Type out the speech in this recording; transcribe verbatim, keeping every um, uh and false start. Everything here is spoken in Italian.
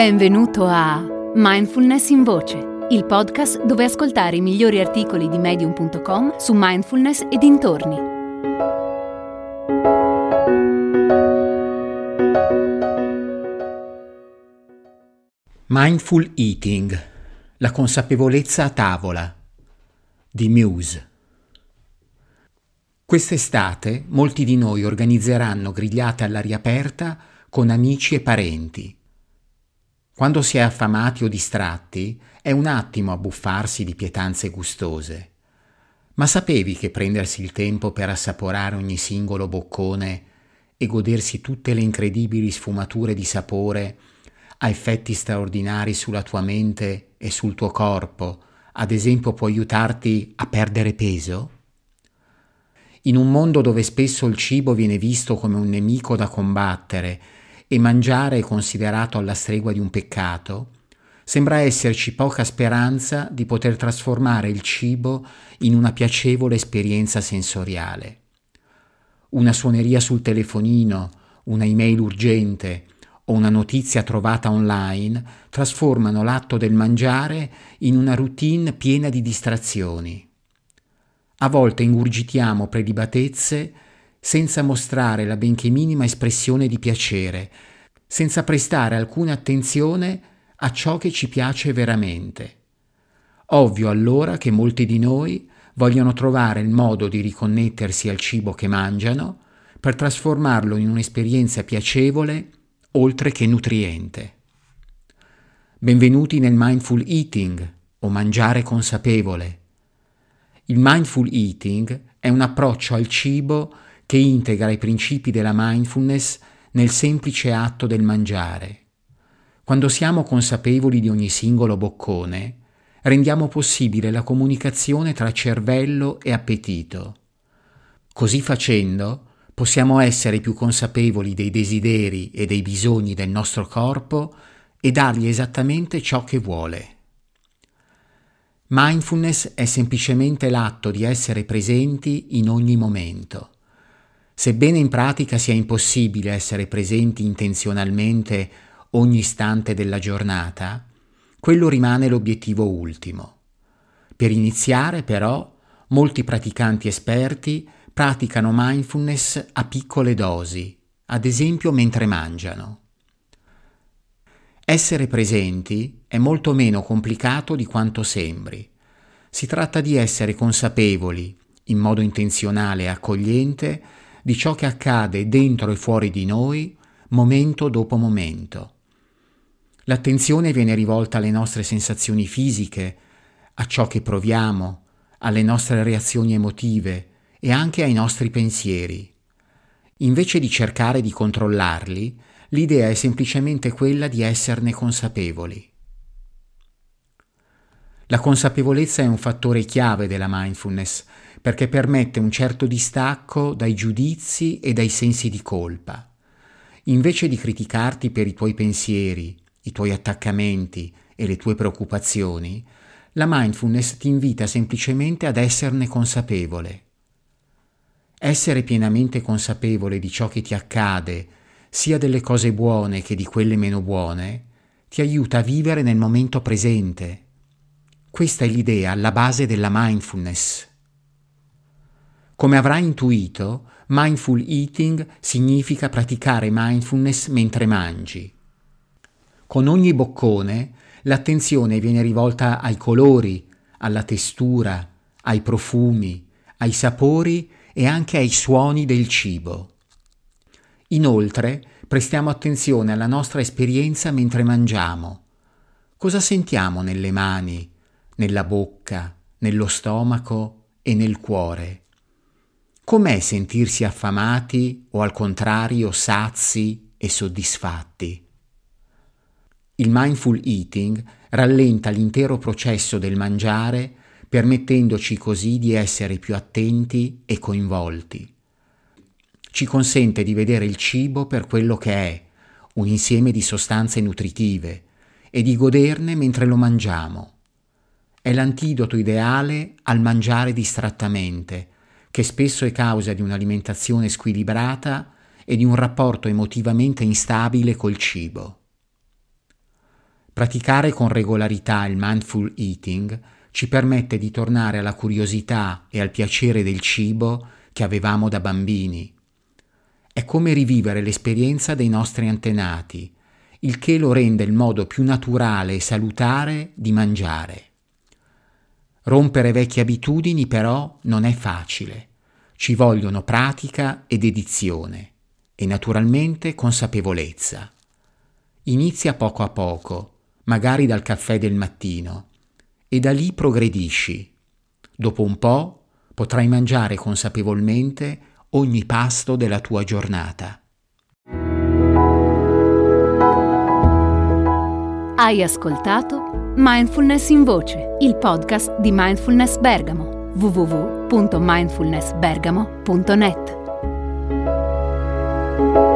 Benvenuto a Mindfulness in Voce, il podcast dove ascoltare i migliori articoli di medium punto com su mindfulness e dintorni. Mindful Eating, la consapevolezza a tavola, di Muse. Quest'estate molti di noi organizzeranno grigliate all'aria aperta con amici e parenti. Quando si è affamati o distratti, è un attimo abbuffarsi di pietanze gustose. Ma sapevi che prendersi il tempo per assaporare ogni singolo boccone e godersi tutte le incredibili sfumature di sapore ha effetti straordinari sulla tua mente e sul tuo corpo? Ad esempio, può aiutarti a perdere peso? In un mondo dove spesso il cibo viene visto come un nemico da combattere e mangiare è considerato alla stregua di un peccato, sembra esserci poca speranza di poter trasformare il cibo in una piacevole esperienza sensoriale. Una suoneria sul telefonino, una email urgente o una notizia trovata online trasformano l'atto del mangiare in una routine piena di distrazioni. A volte ingurgitiamo prelibatezze senza mostrare la benché minima espressione di piacere, senza prestare alcuna attenzione a ciò che ci piace veramente. Ovvio allora che molti di noi vogliono trovare il modo di riconnettersi al cibo che mangiano per trasformarlo in un'esperienza piacevole oltre che nutriente. Benvenuti nel Mindful Eating o mangiare consapevole. Il Mindful Eating è un approccio al cibo che integra i principi della mindfulness nel semplice atto del mangiare. Quando siamo consapevoli di ogni singolo boccone, rendiamo possibile la comunicazione tra cervello e appetito. Così facendo, possiamo essere più consapevoli dei desideri e dei bisogni del nostro corpo e dargli esattamente ciò che vuole. Mindfulness è semplicemente l'atto di essere presenti in ogni momento. Sebbene in pratica sia impossibile essere presenti intenzionalmente ogni istante della giornata, quello rimane l'obiettivo ultimo. Per iniziare, però, molti praticanti esperti praticano mindfulness a piccole dosi, ad esempio mentre mangiano. Essere presenti è molto meno complicato di quanto sembri. Si tratta di essere consapevoli, in modo intenzionale e accogliente, di ciò che accade dentro e fuori di noi, momento dopo momento. L'attenzione viene rivolta alle nostre sensazioni fisiche, a ciò che proviamo, alle nostre reazioni emotive e anche ai nostri pensieri. Invece di cercare di controllarli, l'idea è semplicemente quella di esserne consapevoli. La consapevolezza è un fattore chiave della mindfulness perché permette un certo distacco dai giudizi e dai sensi di colpa. Invece di criticarti per i tuoi pensieri, i tuoi attaccamenti e le tue preoccupazioni, la mindfulness ti invita semplicemente ad esserne consapevole. Essere pienamente consapevole di ciò che ti accade, sia delle cose buone che di quelle meno buone, ti aiuta a vivere nel momento presente. Questa è l'idea alla base della mindfulness. Come avrai intuito, mindful eating significa praticare mindfulness mentre mangi. Con ogni boccone l'attenzione viene rivolta ai colori, alla testura, ai profumi, ai sapori e anche ai suoni del cibo. Inoltre, prestiamo attenzione alla nostra esperienza mentre mangiamo. Cosa sentiamo nelle mani, nella bocca, nello stomaco e nel cuore? Com'è sentirsi affamati o al contrario sazi e soddisfatti? Il mindful eating rallenta l'intero processo del mangiare, permettendoci così di essere più attenti e coinvolti. Ci consente di vedere il cibo per quello che è, un insieme di sostanze nutritive, e di goderne mentre lo mangiamo. È l'antidoto ideale al mangiare distrattamente, che spesso è causa di un'alimentazione squilibrata e di un rapporto emotivamente instabile col cibo. Praticare con regolarità il mindful eating ci permette di tornare alla curiosità e al piacere del cibo che avevamo da bambini. È come rivivere l'esperienza dei nostri antenati, il che lo rende il modo più naturale e salutare di mangiare. Rompere vecchie abitudini però non è facile. Ci vogliono pratica e dedizione e naturalmente consapevolezza. Inizia poco a poco, magari dal caffè del mattino, e da lì progredisci. Dopo un po' potrai mangiare consapevolmente ogni pasto della tua giornata. Hai ascoltato Mindfulness in Voce, il podcast di Mindfulness Bergamo, w w w punto mindfulness bergamo punto net.